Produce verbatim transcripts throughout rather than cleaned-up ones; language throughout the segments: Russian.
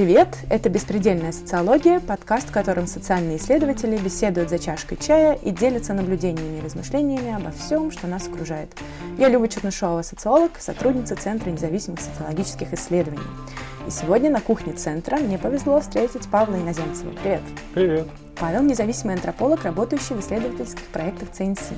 Привет! Это «Беспредельная социология», подкаст, в котором социальные исследователи беседуют за чашкой чая и делятся наблюдениями и размышлениями обо всем, что нас окружает. Я Люба Чернышова, социолог, сотрудница Центра независимых социологических исследований. И сегодня на кухне Центра мне повезло встретить Павла Иноземцева. Привет! Привет! Павел – независимый антрополог, работающий в исследовательских проектах ЦНС.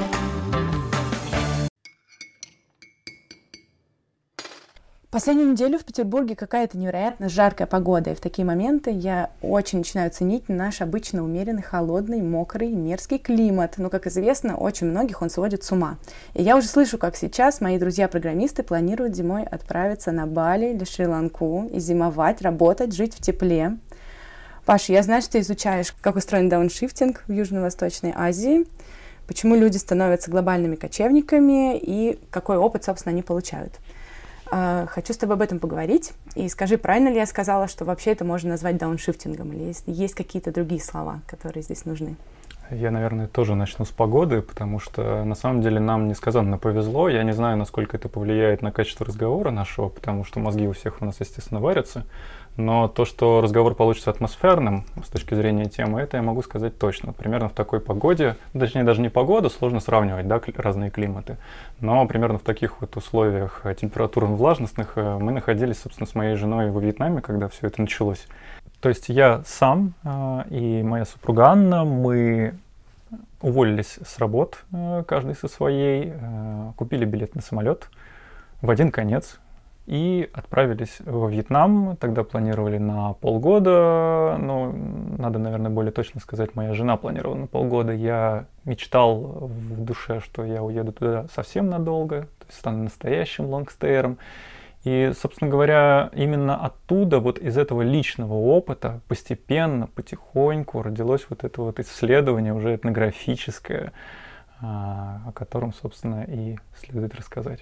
Последнюю неделю в Петербурге какая-то невероятно жаркая погода, и в такие моменты я очень начинаю ценить наш обычно умеренный, холодный, мокрый, мерзкий климат. Но, как известно, очень многих он сводит с ума. И я уже слышу, как сейчас мои друзья-программисты планируют зимой отправиться на Бали или Шри-Ланку и зимовать, работать, жить в тепле. Паша, я знаю, что ты изучаешь, как устроен дауншифтинг в Южно-Восточной Азии, почему люди становятся глобальными кочевниками и какой опыт, собственно, они получают. Хочу с тобой об этом поговорить. И скажи, правильно ли я сказала, что вообще это можно назвать дауншифтингом? Или есть, есть какие-то другие слова, которые здесь нужны? Я, наверное, тоже начну с погоды, потому что на самом деле нам несказанно повезло. Я не знаю, насколько это повлияет на качество разговора нашего, потому что мозги у всех у нас, естественно, варятся. Но то, что разговор получится атмосферным с точки зрения темы, это я могу сказать точно. Примерно в такой погоде, точнее даже не погода, сложно сравнивать, да, разные климаты. Но примерно в таких вот условиях температурно-влажностных мы находились, собственно, с моей женой во Вьетнаме, когда все это началось. То есть я сам и моя супруга Анна, мы уволились с работ, каждый со своей, купили билет на самолет в один конец и отправились во Вьетнам. Тогда планировали на полгода, но надо, наверное, более точно сказать, моя жена планировала на полгода. Я мечтал в душе, что я уеду туда совсем надолго, то есть стану настоящим лонгстейером. И, собственно говоря, именно оттуда, вот из этого личного опыта, постепенно, потихоньку родилось вот это вот исследование уже этнографическое, о котором, собственно, и следует рассказать.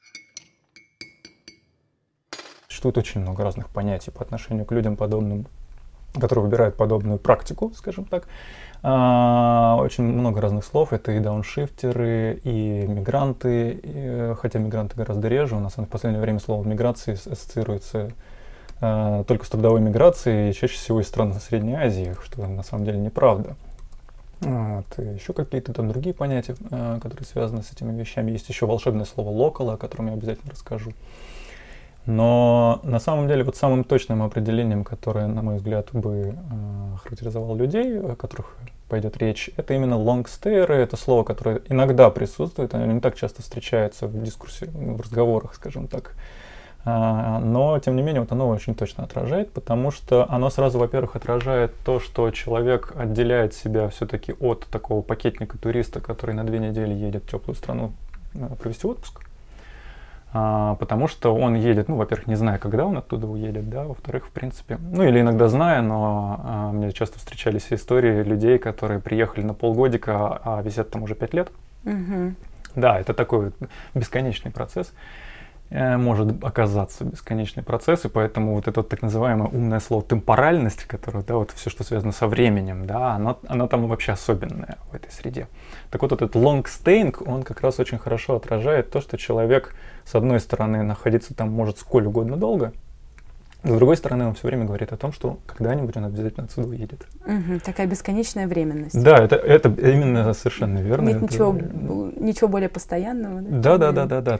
Существует очень много разных понятий по отношению к людям, подобным, которые выбирают подобную практику, скажем так. Очень много разных слов. Это и дауншифтеры, и мигранты, и, хотя мигранты гораздо реже. У нас в последнее время слово миграции ассоциируется а, только с трудовой миграцией, и чаще всего из стран Средней Азии, что на самом деле неправда. Вот. И еще какие-то там другие понятия, а, которые связаны с этими вещами. Есть еще волшебное слово «локал», о котором я обязательно расскажу. Но на самом деле вот самым точным определением, которое, на мой взгляд, бы э, характеризовало людей, о которых пойдет речь, это именно лонгстейеры. Это слово, которое иногда присутствует, оно не так часто встречается в дискурсе, в разговорах, скажем так. А, но, тем не менее, вот оно очень точно отражает, потому что оно сразу, во-первых, отражает то, что человек отделяет себя все-таки от такого пакетника-туриста, который на две недели едет в теплую страну э, провести отпуск. А, потому что он едет, ну, во-первых, не зная, когда он оттуда уедет, да, во-вторых, в принципе, ну, или иногда зная, но а, мне часто встречались истории людей, которые приехали на полгодика, а висят там уже пять лет. Mm-hmm. Да, это такой вот бесконечный процесс, э, может оказаться бесконечный процесс, и поэтому вот это вот так называемое умное слово темпоральность, которое, да, вот все, что связано со временем, да, оно, оно там вообще особенное в этой среде. Так вот, этот long staying, он как раз очень хорошо отражает то, что человек, с одной стороны, находиться там может сколь угодно долго, с другой стороны, он все время говорит о том, что когда-нибудь он обязательно отсюда уедет. Угу, такая бесконечная временность. Да, это, это именно совершенно верно. Нет это... ничего, ничего более постоянного. Да, да, да, да, да.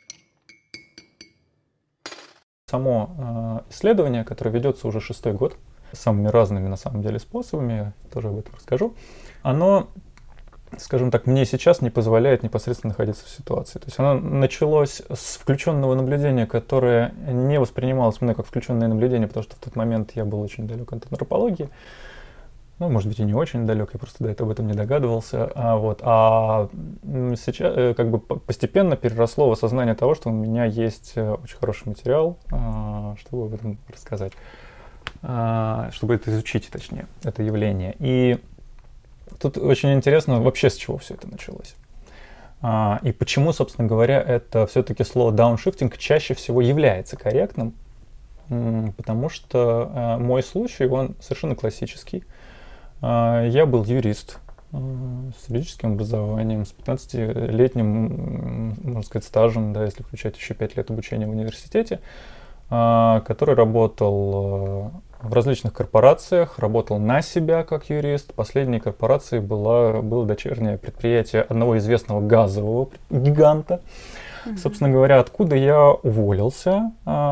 Само э, исследование, которое ведется уже шестой год, самыми разными на самом деле способами, я тоже об этом расскажу, оно, скажем так, мне сейчас не позволяет непосредственно находиться в ситуации. То есть оно началось с включенного наблюдения, которое не воспринималось мной как включенное наблюдение, потому что в тот момент я был очень далек от антропологии. Ну, может быть, и не очень далек, я просто до этого об этом не догадывался. А, вот. а сейчас как бы постепенно переросло в осознание того, что у меня есть очень хороший материал, чтобы об этом рассказать, чтобы это изучить, точнее, это явление. И тут очень интересно вообще, с чего все это началось. А, и почему, собственно говоря, это все-таки слово дауншифтинг чаще всего является корректным. М, потому что а, мой случай, он совершенно классический. А, я был юрист а, с юридическим образованием, с пятнадцатилетним, можно сказать, стажем, да, если включать еще пять лет обучения в университете. который работал в различных корпорациях, работал на себя как юрист. Последней корпорацией была, было дочернее предприятие одного известного газового гиганта. Mm-hmm. Собственно говоря, откуда я уволился,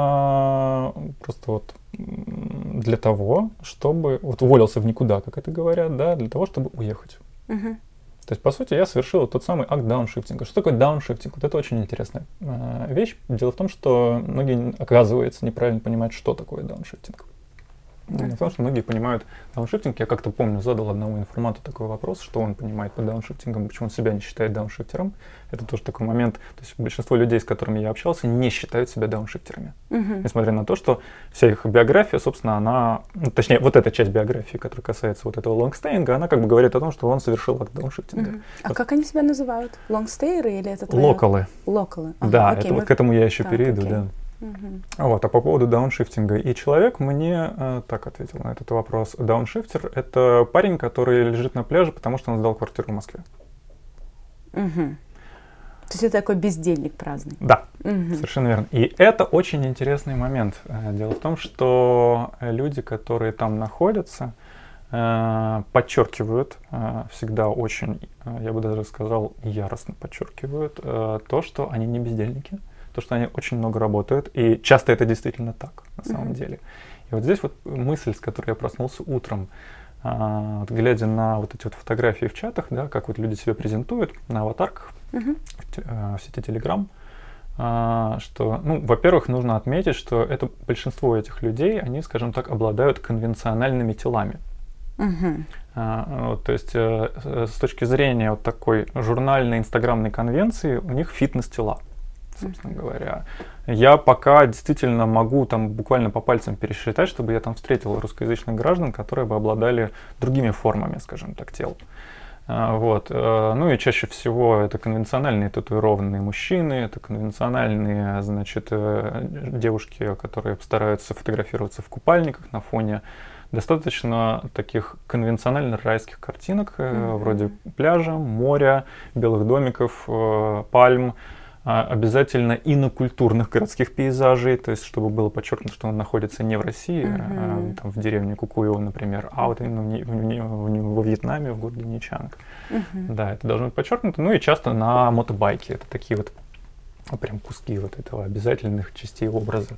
а, просто вот для того, чтобы... Вот уволился в никуда, как это говорят, да, для того, чтобы уехать. Mm-hmm. То есть, по сути, я совершил тот самый акт дауншифтинга. Что такое дауншифтинг? Вот это очень интересная э, вещь. Дело в том, что многие, оказывается, неправильно понимают, что такое дауншифтинг. Дело в том, что многие понимают дауншифтинг. Я как-то помню, задал одному информату такой вопрос, что он понимает под дауншифтингом, почему он себя не считает дауншифтером. Это тоже такой момент. То есть большинство людей, с которыми я общался, не считают себя дауншифтерами. Uh-huh. Несмотря на то, что вся их биография, собственно, она... Ну, точнее, вот эта часть биографии, которая касается вот этого лонгстейинга, она как бы говорит о том, что он совершил акт дауншифтинга. Uh-huh. А вот. Как они себя называют? Лонгстейеры или это твоя... Локалы. Локалы. Ага, да, окей, это, мы... вот к этому я еще так, перейду, окей. Да. Uh-huh. Вот, а по поводу дауншифтинга. И человек мне э, так ответил на этот вопрос. Дауншифтер — это парень, который лежит на пляже, потому что он сдал квартиру в Москве. Uh-huh. То есть это такой бездельник праздный. Да, uh-huh. Совершенно верно. И это очень интересный момент. Дело в том, что люди, которые там находятся, э, подчеркивают, э, всегда очень, я бы даже сказал, яростно подчеркивают э, то, что они не бездельники. То, что они очень много работают, и часто это действительно так, на самом mm-hmm. деле. И вот здесь вот мысль, с которой я проснулся утром, а, вот, глядя на вот эти вот фотографии в чатах, да, как вот люди себя презентуют на аватарках mm-hmm. в, а, в сети Telegram, а, что, ну, во-первых, нужно отметить, что это большинство этих людей, они, скажем так, обладают конвенциональными телами. Uh-huh. А, вот, то есть э, с точки зрения вот такой журнальной инстаграмной конвенции у них фитнес-тела. Собственно говоря, я пока действительно могу там буквально по пальцам пересчитать, чтобы я там встретил русскоязычных граждан, которые бы обладали другими формами, скажем так, тел. А, вот. Ну и чаще всего это конвенциональные татуированные мужчины, это конвенциональные, значит, девушки, которые стараются фотографироваться в купальниках на фоне достаточно таких конвенционально-райских картинок, mm-hmm. вроде пляжа, моря, белых домиков, пальм. Обязательно инокультурных городских пейзажей, то есть чтобы было подчеркнуто, что он находится не в России, uh-huh. а, там, в деревне Кукуево, например, а вот именно в, в, в, во Вьетнаме, в городе Ничанг. Uh-huh. Да, это должно быть подчеркнуто. Ну и часто на мотобайке. Это такие вот прям куски вот этого обязательных частей образа.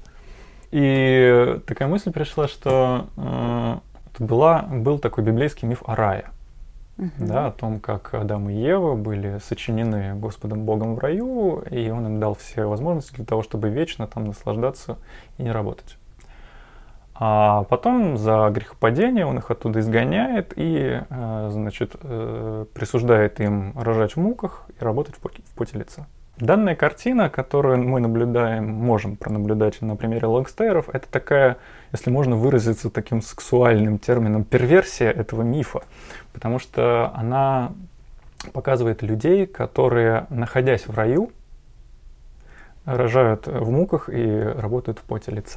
И такая мысль пришла, что э, была, был такой библейский миф о рае. Uh-huh. Да, о том, как Адам и Ева были сочинены Господом Богом в раю, и Он им дал все возможности для того, чтобы вечно там наслаждаться и не работать. А потом за грехопадение Он их оттуда изгоняет и, э, значит, э, присуждает им рожать в муках и работать в поте, в поте лица. Данная картина, которую мы наблюдаем, можем пронаблюдать на примере лонгстейеров, это такая, если можно выразиться таким сексуальным термином, перверсия этого мифа. Потому что она показывает людей, которые, находясь в раю, рожают в муках и работают в поте лица.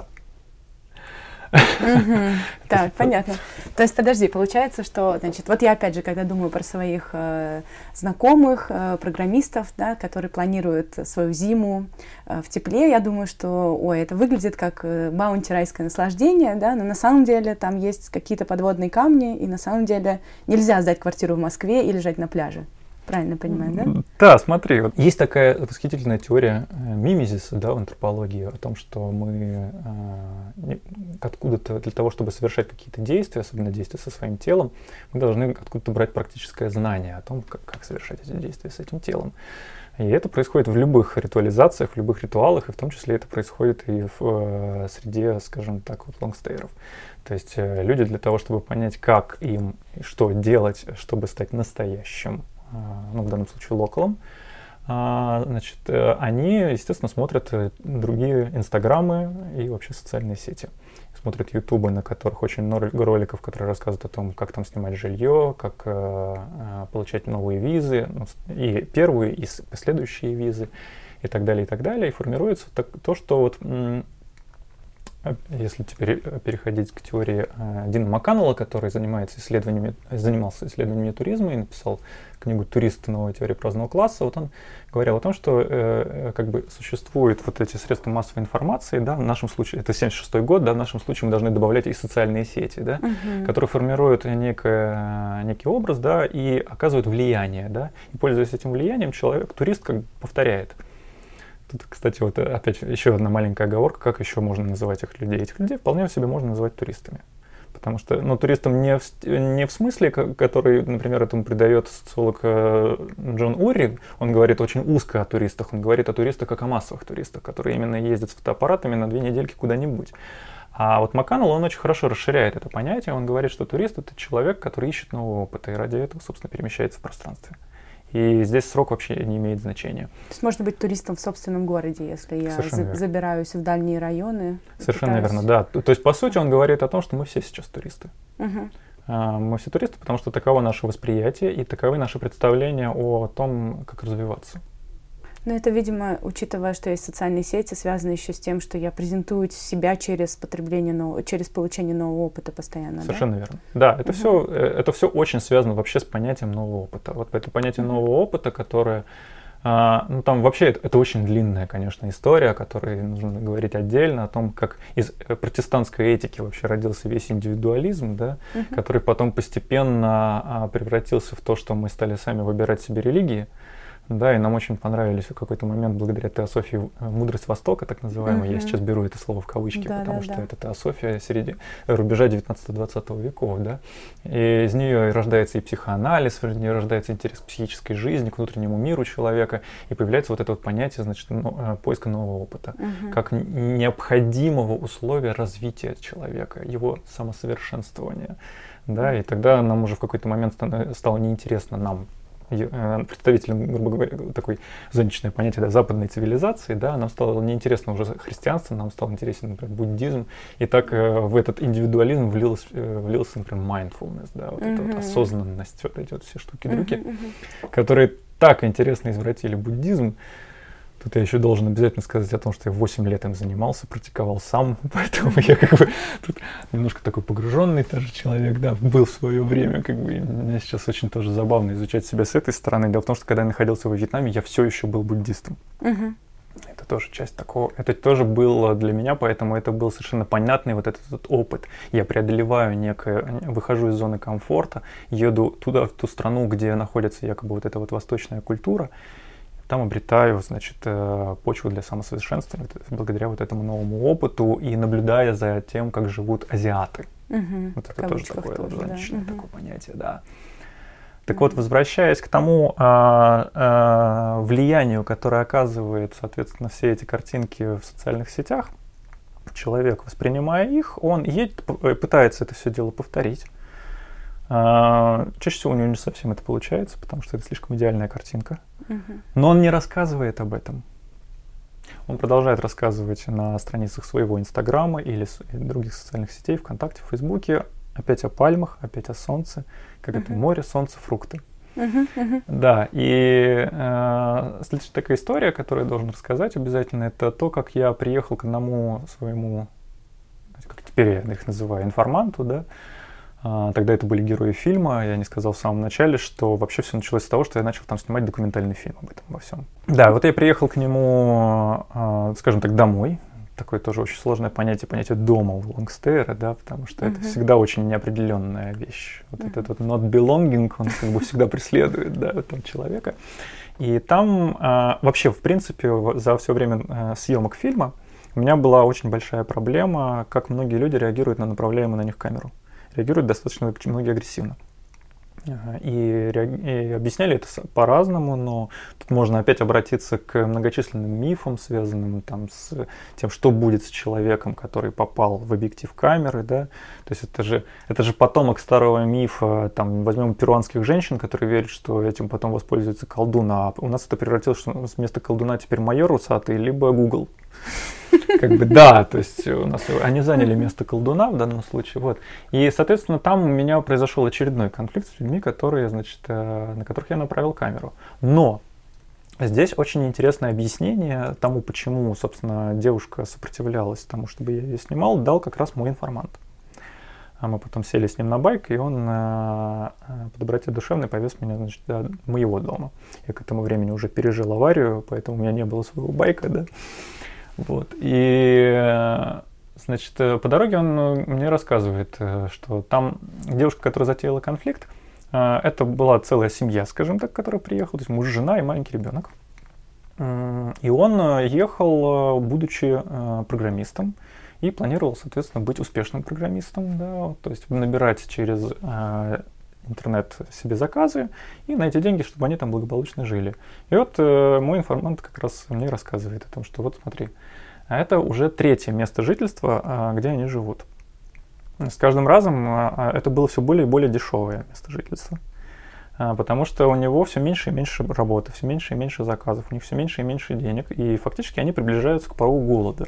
Mm-hmm. Так, понятно. То есть, подожди, получается, что, значит, вот я опять же, когда думаю про своих э, знакомых, э, программистов, да, которые планируют свою зиму э, в тепле, я думаю, что, ой, это выглядит как э, баунти райское наслаждение, да, но на самом деле там есть какие-то подводные камни, и на самом деле нельзя сдать квартиру в Москве и лежать на пляже. Правильно понимаю, да? Да, смотри, вот есть такая восхитительная теория э, мимезиса, да, в антропологии, о том, что мы э, откуда-то для того, чтобы совершать какие-то действия, особенно действия со своим телом, мы должны откуда-то брать практическое знание о том, как, как совершать эти действия с этим телом. И это происходит в любых ритуализациях, в любых ритуалах, и в том числе это происходит и в э, среде, скажем так, вот лонгстейеров. То есть э, люди для того, чтобы понять, как им и что делать, чтобы стать настоящим, ну, в данном случае локалом, значит, они, естественно, смотрят другие инстаграмы и вообще социальные сети. Смотрят ютубы, на которых очень много роликов, которые рассказывают о том, как там снимать жилье, как получать новые визы, ну, и первые, и последующие визы, и так далее, и так далее. И формируется так, то, что вот если теперь переходить к теории Дина Макканнелла, который занимается исследованиями, занимался исследованиями туризма и написал книгу «Турист. Новая теория праздного класса», вот он говорил о том, что э, как бы существуют вот эти средства массовой информации, да, в нашем случае, это семьдесят шестой год, да, в нашем случае мы должны добавлять и социальные сети, да, uh-huh. которые формируют некое, некий образ, да, и оказывают влияние, да, и пользуясь этим влиянием, человек, турист как бы повторяет. Тут, кстати, вот опять еще одна маленькая оговорка, как еще можно называть этих людей. Этих людей вполне себе можно называть туристами. Потому что, ну, туристом не в, не в смысле, который, например, этому придает социолог Джон Урри, он говорит очень узко о туристах, он говорит о туристах как о массовых туристах, которые именно ездят с фотоаппаратами на две недельки куда-нибудь. А вот Макканнелл, он очень хорошо расширяет это понятие, он говорит, что турист — это человек, который ищет нового опыта и ради этого, собственно, перемещается в пространстве. И здесь срок вообще не имеет значения. То есть можно быть туристом в собственном городе, если я за- забираюсь в дальние районы. Совершенно пытаюсь... верно, да. То есть, по сути, он говорит о том, что мы все сейчас туристы. Uh-huh. А, мы все туристы, потому что таково наше восприятие и таковы наши представления о том, как развиваться. Но это, видимо, учитывая, что есть социальные сети, связано еще с тем, что я презентую себя через потребление нового, через получение нового опыта постоянно. Совершенно да? верно. Да, это, uh-huh. все, это все очень связано вообще с понятием нового опыта. Вот это понятие uh-huh. нового опыта, которое, а, ну там вообще это, это очень длинная, конечно, история, о которой нужно говорить отдельно, о том, как из протестантской этики вообще родился весь индивидуализм, да, uh-huh. который потом постепенно а, превратился в то, что мы стали сами выбирать себе религии. Да, и нам очень понравились в какой-то момент благодаря теософии «Мудрость Востока», так называемой. Mm-hmm. Я сейчас беру это слово в кавычки, да, потому да, что да. это теософия среди рубежа девятнадцатого-двадцатого веков, да. И из нее рождается и психоанализ, из нее рождается интерес к психической жизни, к внутреннему миру человека, и появляется вот это вот понятие, значит, но, поиска нового опыта, mm-hmm. как необходимого условия развития человека, его самосовершенствования, да. И тогда нам уже в какой-то момент стало неинтересно нам, представителям, грубо говоря, такой зонтичное понятие, да, западной цивилизации, да, нам стало неинтересно уже христианство, нам стал интересен, например, буддизм, и так э, в этот индивидуализм влился, э, влился, например, mindfulness, да, вот mm-hmm. эта вот осознанность, вот эти вот все штуки-дрюки, mm-hmm. которые так интересно извратили буддизм. Тут я еще должен обязательно сказать о том, что я восемь лет им занимался, практиковал сам, поэтому я как бы тут немножко такой погруженный тоже человек, да, был в свое время, как бы, мне сейчас очень тоже забавно изучать себя с этой стороны. Дело в том, что когда я находился во Вьетнаме, я все еще был буддистом. Uh-huh. Это тоже часть такого, это тоже было для меня, поэтому это был совершенно понятный вот этот, этот опыт. Я преодолеваю некое, выхожу из зоны комфорта, еду туда, в ту страну, где находится якобы вот эта вот восточная культура, там обретаю, значит, почву для самосовершенствования благодаря вот этому новому опыту и наблюдая за тем, как живут азиаты. Угу, вот это тоже такое тоже, вот, да. такое угу. понятие, да. Так угу. вот, возвращаясь к тому а, а, влиянию, которое оказывает, соответственно, все эти картинки в социальных сетях, человек, воспринимая их, он едет, пытается это все дело повторить. Uh, чаще всего у него не совсем это получается, потому что это слишком идеальная картинка. Uh-huh. Но он не рассказывает об этом. Он продолжает рассказывать на страницах своего Инстаграма или других социальных сетей, ВКонтакте, в Фейсбуке, опять о пальмах, опять о солнце, как uh-huh. это море, солнце, фрукты. Uh-huh, uh-huh. Да, и э, следующая такая история, которую я должен рассказать обязательно, это то, как я приехал к одному своему, как теперь я их называю, информанту, да. Тогда это были герои фильма. Я не сказал в самом начале, что вообще все началось с того, что я начал там снимать документальный фильм об этом во всем. Да, вот я приехал к нему, скажем так, домой. Такое тоже очень сложное понятие, понятие дома у лонгстейера, да, потому что uh-huh. это всегда очень неопределенная вещь. Вот uh-huh. этот вот not belonging, он как бы всегда преследует, да, этого человека. И там вообще, в принципе, за все время съемок фильма у меня была очень большая проблема, как многие люди реагируют на направляемую на них камеру. Реагируют достаточно многие агрессивно. И, и объясняли это по-разному, но тут можно опять обратиться к многочисленным мифам, связанным там, с тем, что будет с человеком, который попал в объектив камеры. Да? То есть это же, это же потомок старого мифа. Там, возьмем перуанских женщин, которые верят, что этим потом воспользуется колдун. А у нас это превратилось, что вместо колдуна теперь майор усатый, либо Google. Как бы да, то есть у нас они заняли место колдуна в данном случае, вот. И, соответственно, там у меня произошел очередной конфликт с людьми, которые, значит, на которых я направил камеру. Но Здесь очень интересное объяснение тому, почему, собственно, девушка сопротивлялась тому, чтобы я ее снимал, дал как раз мой информант. А мы потом сели с ним на байк, и он э, по доброте душевной повез меня, значит, до моего дома. Я к этому времени уже пережил аварию, поэтому у меня не было своего байка, да. Вот. И, значит, по дороге он мне рассказывает, что там девушка, которая затеяла конфликт, это была целая семья, скажем так, которая приехала, то есть муж, жена и маленький ребенок. И он ехал, будучи программистом, и планировал, соответственно, быть успешным программистом, да, то есть набирать через э, интернет себе заказы и на эти деньги, чтобы они там благополучно жили. И вот э, мой информант как раз мне рассказывает о том, что вот смотри, это уже третье место жительства, э, где они живут. С каждым разом э, это было все более и более дешевое место жительства, э, потому что у него все меньше и меньше работы, все меньше и меньше заказов, у них все меньше и меньше денег, и фактически они приближаются к порогу голода.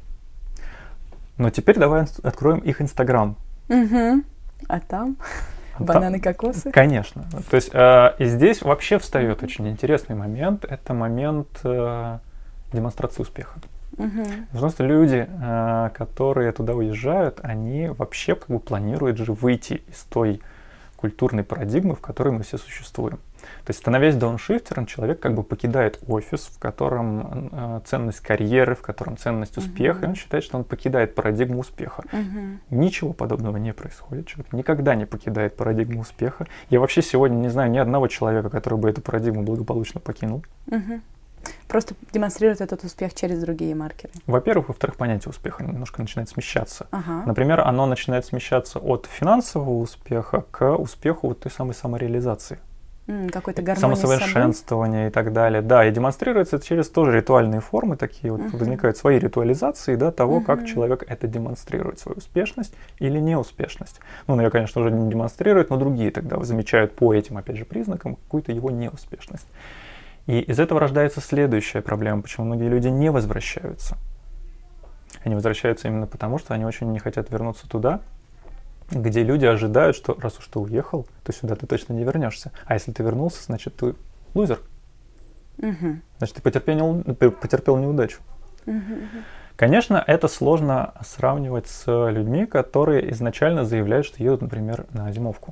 Но теперь давай откроем их Инстаграм. Угу. А там бананы, кокосы? Конечно. То есть э, и здесь вообще встает очень интересный момент. Это момент э, демонстрации успеха. Угу. Потому что люди, э, которые туда уезжают, они вообще как бы планируют же выйти из той культурной парадигмы, в которой мы все существуем. То есть, становясь дауншифтером, человек как бы покидает офис, в котором э, ценность карьеры, в котором ценность успеха, uh-huh. и он считает, что он покидает парадигму успеха. Uh-huh. Ничего подобного не происходит. Человек никогда не покидает парадигму успеха. Я вообще сегодня не знаю ни одного человека, который бы эту парадигму благополучно покинул. Uh-huh. Просто демонстрирует этот успех через другие маркеры. Во-первых, во-вторых, понятие успеха немножко начинает смещаться. Ага. Например, оно начинает смещаться от финансового успеха к успеху вот той самой самореализации. Mm, какой-то гармонии самосовершенствования и так далее. Да, и демонстрируется это через тоже ритуальные формы, такие вот uh-huh. возникают свои ритуализации, да, того, uh-huh. как человек это демонстрирует, свою успешность или неуспешность. Ну, он ее, конечно, уже не демонстрирует, но другие тогда замечают по этим, опять же, признакам какую-то его неуспешность. И из этого рождается следующая проблема, почему многие люди не возвращаются. Они возвращаются именно потому, что они очень не хотят вернуться туда, где люди ожидают, что раз уж ты уехал, то сюда ты точно не вернешься. А если ты вернулся, значит, ты лузер. Угу. Значит, ты потерпел, потерпел неудачу. Угу. Конечно, это сложно сравнивать с людьми, которые изначально заявляют, что едут, например, на зимовку.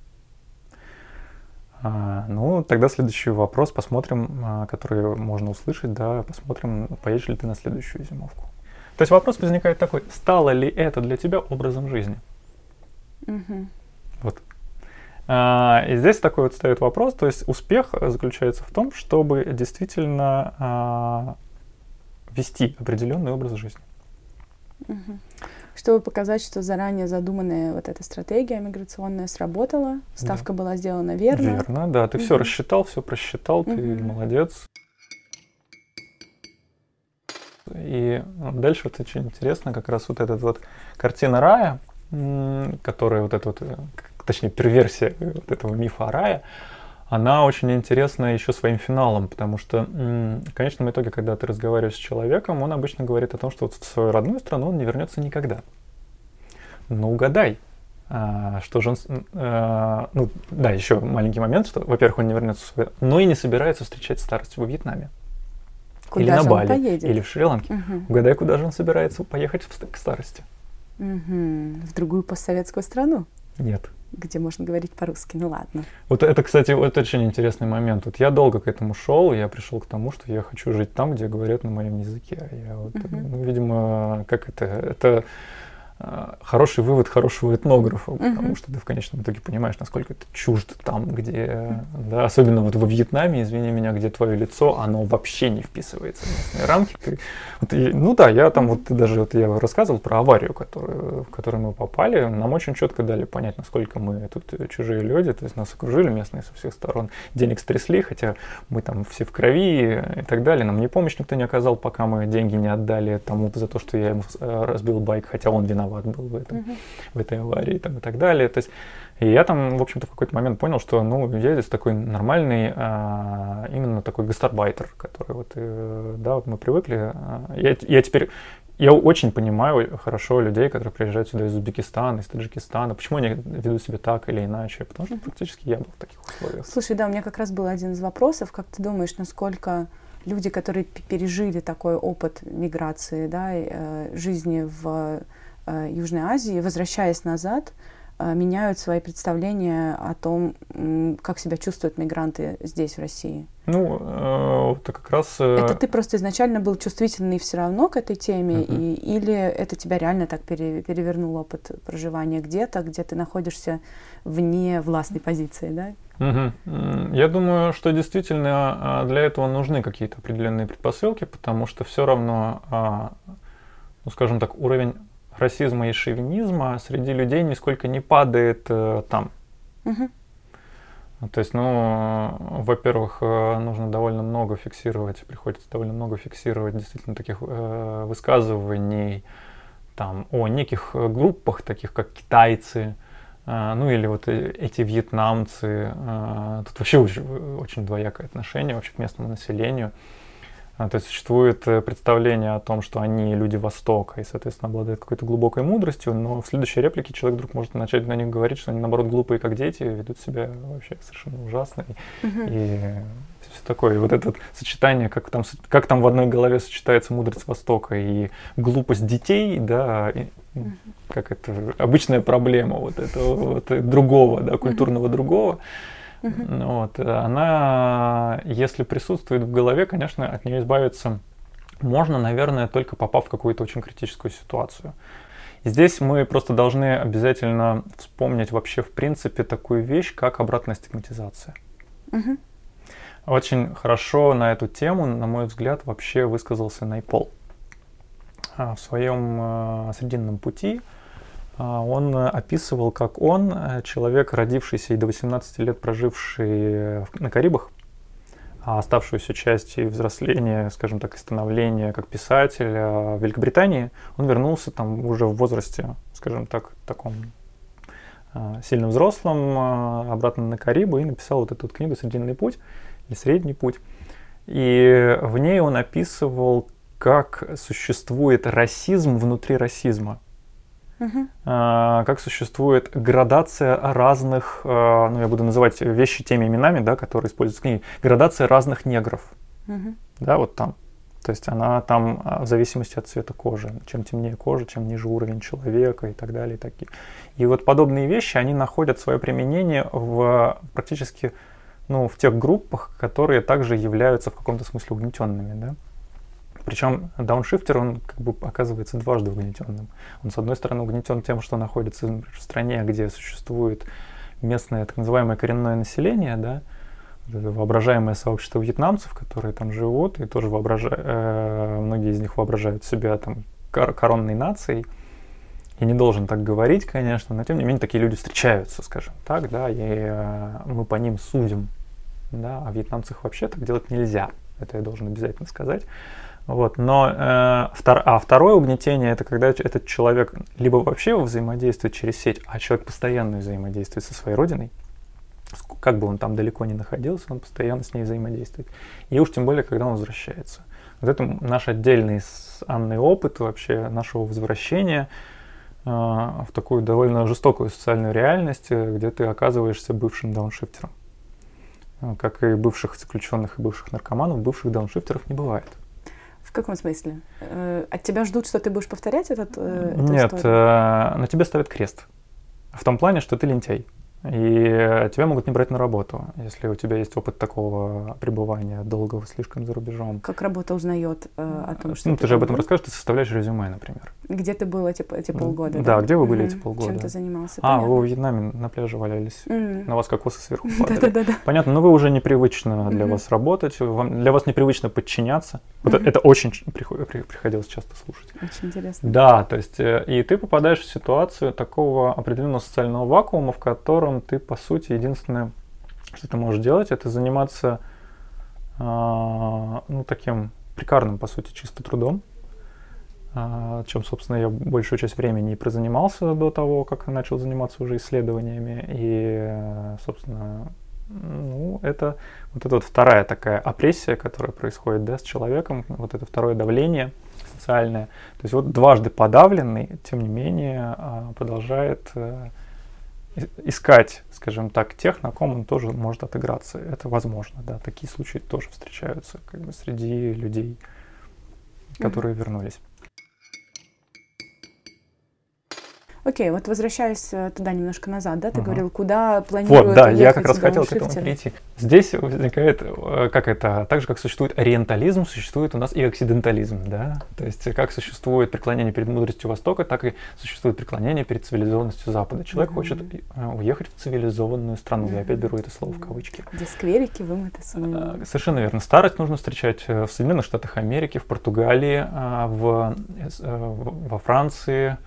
А, ну, тогда следующий вопрос, посмотрим, а, который можно услышать, да, посмотрим, поедешь ли ты на следующую зимовку. То есть вопрос возникает такой, стало ли это для тебя образом жизни? Угу. Вот. А, и здесь такой вот стоит вопрос, то есть успех заключается в том, чтобы действительно а, вести определенный образ жизни. Угу. Чтобы показать, что заранее задуманная вот эта стратегия миграционная сработала, ставка да. была сделана верно. Верно, да, ты угу. все рассчитал, все просчитал, ты угу. молодец. И дальше вот очень интересно, как раз вот эта вот картина рая, которая вот эта вот, точнее, перверсия вот этого мифа о рае, она очень интересна еще своим финалом, потому что в конечном итоге, когда ты разговариваешь с человеком, он обычно говорит о том, что вот в свою родную страну он не вернется никогда. Но угадай, что же он... Ну, да, еще маленький момент, что, во-первых, он не вернется в свою... но и не собирается встречать старость во Вьетнаме. Куда или на же Бали, он поедет? Или в Шри-Ланке. Угу. Угадай, куда же он собирается поехать к старости. Угу. В другую постсоветскую страну? Нет. Где можно говорить по-русски, ну ладно. Вот это, кстати, вот очень интересный момент. Вот я долго к этому шел, и я пришел к тому, что я хочу жить там, где говорят на моем языке. Я вот, uh-huh. ну, видимо, как это, это хороший вывод хорошего этнографа, uh-huh. потому что ты в конечном итоге понимаешь, насколько это чуждо там, где, uh-huh. да, особенно вот во Вьетнаме, извини меня, где твое лицо, оно вообще не вписывается в местные рамки. Ты, вот, и, ну да, я там uh-huh. вот даже вот я рассказывал про аварию, которую, в которую мы попали, нам очень четко дали понять, насколько мы тут чужие люди, то есть нас окружили местные со всех сторон, денег стрясли, хотя мы там все в крови и так далее, нам ни помощь никто не оказал, пока мы деньги не отдали тому за то, что я ему разбил байк, хотя он виноват был в этом, uh-huh. в этой аварии там, и так далее. То есть, и я там, в общем-то, в какой-то момент понял, что, ну, я здесь такой нормальный, а, именно такой гастарбайтер, который вот, э, да, вот мы привыкли. А, я, я теперь я очень понимаю хорошо людей, которые приезжают сюда из Узбекистана, из Таджикистана. Почему они ведут себя так или иначе? Потому что практически я был в таких условиях. Слушай, да, у меня как раз был один из вопросов. Как ты думаешь, насколько люди, которые пережили такой опыт миграции, да, э, жизни в э, Южной Азии, возвращаясь назад, э, меняют свои представления о том, м, как себя чувствуют мигранты здесь, в России? Ну, э, это как раз... Э... Это ты просто изначально был чувствительный все равно к этой теме, uh-huh. и, или это тебя реально так пере, перевернуло опыт проживания где-то, где ты находишься вне властной позиции, да? Угу. Я думаю, что действительно для этого нужны какие-то определенные предпосылки, потому что все равно, ну, скажем так, уровень расизма и шовинизма среди людей нисколько не падает там. Угу. То есть, ну, во-первых, нужно довольно много фиксировать, приходится довольно много фиксировать действительно таких э, высказываний там, о неких группах, таких как китайцы, э, ну или вот эти вьетнамцы. Э, тут вообще очень, очень двоякое отношение вообще к местному населению. То есть существует представление о том, что они люди Востока и, соответственно, обладают какой-то глубокой мудростью, но в следующей реплике человек вдруг может начать на них говорить, что они, наоборот, глупые, как дети, ведут себя вообще совершенно ужасно. Uh-huh. И все такое. И вот это сочетание, как там, как там в одной голове сочетается мудрость Востока и глупость детей, да, и, uh-huh. как это обычная проблема вот этого вот, другого, да, культурного uh-huh. другого. Uh-huh. Вот, она, если присутствует в голове, конечно, от нее избавиться можно, наверное, только попав в какую-то очень критическую ситуацию. И здесь мы просто должны обязательно вспомнить вообще, в принципе, такую вещь, как обратная стигматизация. Uh-huh. Очень хорошо на эту тему, на мой взгляд, вообще высказался Найпол. В своем «Срединном пути» он описывал, как он, человек, родившийся и до восемнадцати лет проживший на Карибах, а оставшуюся часть и взросления, скажем так, и становления как писателя в Великобритании, он вернулся там уже в возрасте, скажем так, таком сильно взрослом, обратно на Карибы и написал вот эту вот книгу «Срединный путь» или «Средний путь». И в ней он описывал, как существует расизм внутри расизма. Uh-huh. Как существует градация разных, ну я буду называть вещи теми именами, да, которые используются в книге, градация разных негров, uh-huh. да, вот там. То есть она там в зависимости от цвета кожи, чем темнее кожа, чем ниже уровень человека и так далее. И, такие. И вот подобные вещи, они находят свое применение в практически, ну, в тех группах, которые также являются в каком-то смысле угнетенными, да. Причем дауншифтер, он как бы оказывается дважды угнетенным. Он, с одной стороны, угнетен тем, что находится в стране, где существует местное так называемое коренное население, да, воображаемое сообщество вьетнамцев, которые там живут, и тоже воображают, э, многие из них воображают себя там кор- коронной нацией. Я не должен так говорить, конечно, но тем не менее такие люди встречаются, скажем так, да, и э, мы по ним судим, да, а в вьетнамцах вообще так делать нельзя. Это я должен обязательно сказать. Вот, но э, втор, а второе угнетение — это когда этот человек либо вообще взаимодействует через сеть, а человек постоянно взаимодействует со своей родиной, как бы он там далеко не находился, он постоянно с ней взаимодействует. И уж тем более, когда он возвращается. Вот это наш отдельный с Анной опыт вообще нашего возвращения э, в такую довольно жестокую социальную реальность, где ты оказываешься бывшим дауншифтером. Как и бывших заключенных и бывших наркоманов, бывших дауншифтеров не бывает. В каком смысле? От тебя ждут, что ты будешь повторять этот, эту Нет, историю? на тебя ставят крест. В том плане, что ты лентяй. И тебя могут не брать на работу, если у тебя есть опыт такого пребывания долгого слишком за рубежом. Как работа узнает э, о том, что ну, ты ты же об этом был? расскажешь, ты составляешь резюме, например. Где ты был эти, эти полгода? Да, да? где вы были угу. эти полгода? Чем ты занимался? А, понятно. вы в Вьетнаме на пляже валялись. Mm. На вас кокосы сверху падали. Да-да-да. Понятно, но вы уже непривычно для mm-hmm. вас работать, вам, для вас непривычно подчиняться. Вот mm-hmm. это очень приходилось часто слушать. Очень интересно. Да, то есть и ты попадаешь в ситуацию такого определенного социального вакуума, в котором ты, по сути, единственное, что ты можешь делать, это заниматься э, ну, таким прикарным, по сути, чисто трудом, э, чем, собственно, я большую часть времени и прозанимался до того, как начал заниматься уже исследованиями. И, собственно, ну, это вот эта вот вторая такая опрессия, которая происходит, да, с человеком, вот это второе давление, социальное. То есть вот дважды подавленный, тем не менее, продолжает искать, скажем так, тех, на ком он тоже может отыграться. Это возможно, да. Такие случаи тоже встречаются как бы среди людей, которые mm-hmm. вернулись. Окей, вот возвращаясь туда немножко назад, да, ты uh-huh. говорил, куда планируют Вот, да, ехать я как раз хотел дауншифтеры. к этому перейти. Здесь возникает, как это, так же, как существует ориентализм, существует у нас и оксидентализм, да, то есть как существует преклонение перед мудростью Востока, так и существует преклонение перед цивилизованностью Запада. Человек uh-huh. хочет уехать в цивилизованную страну, uh-huh. я опять беру это слово в кавычки. Где скверики, вымыты сны. Совершенно верно. Старость нужно встречать в Соединенных Штатах Америки, в Португалии, в, во Франции.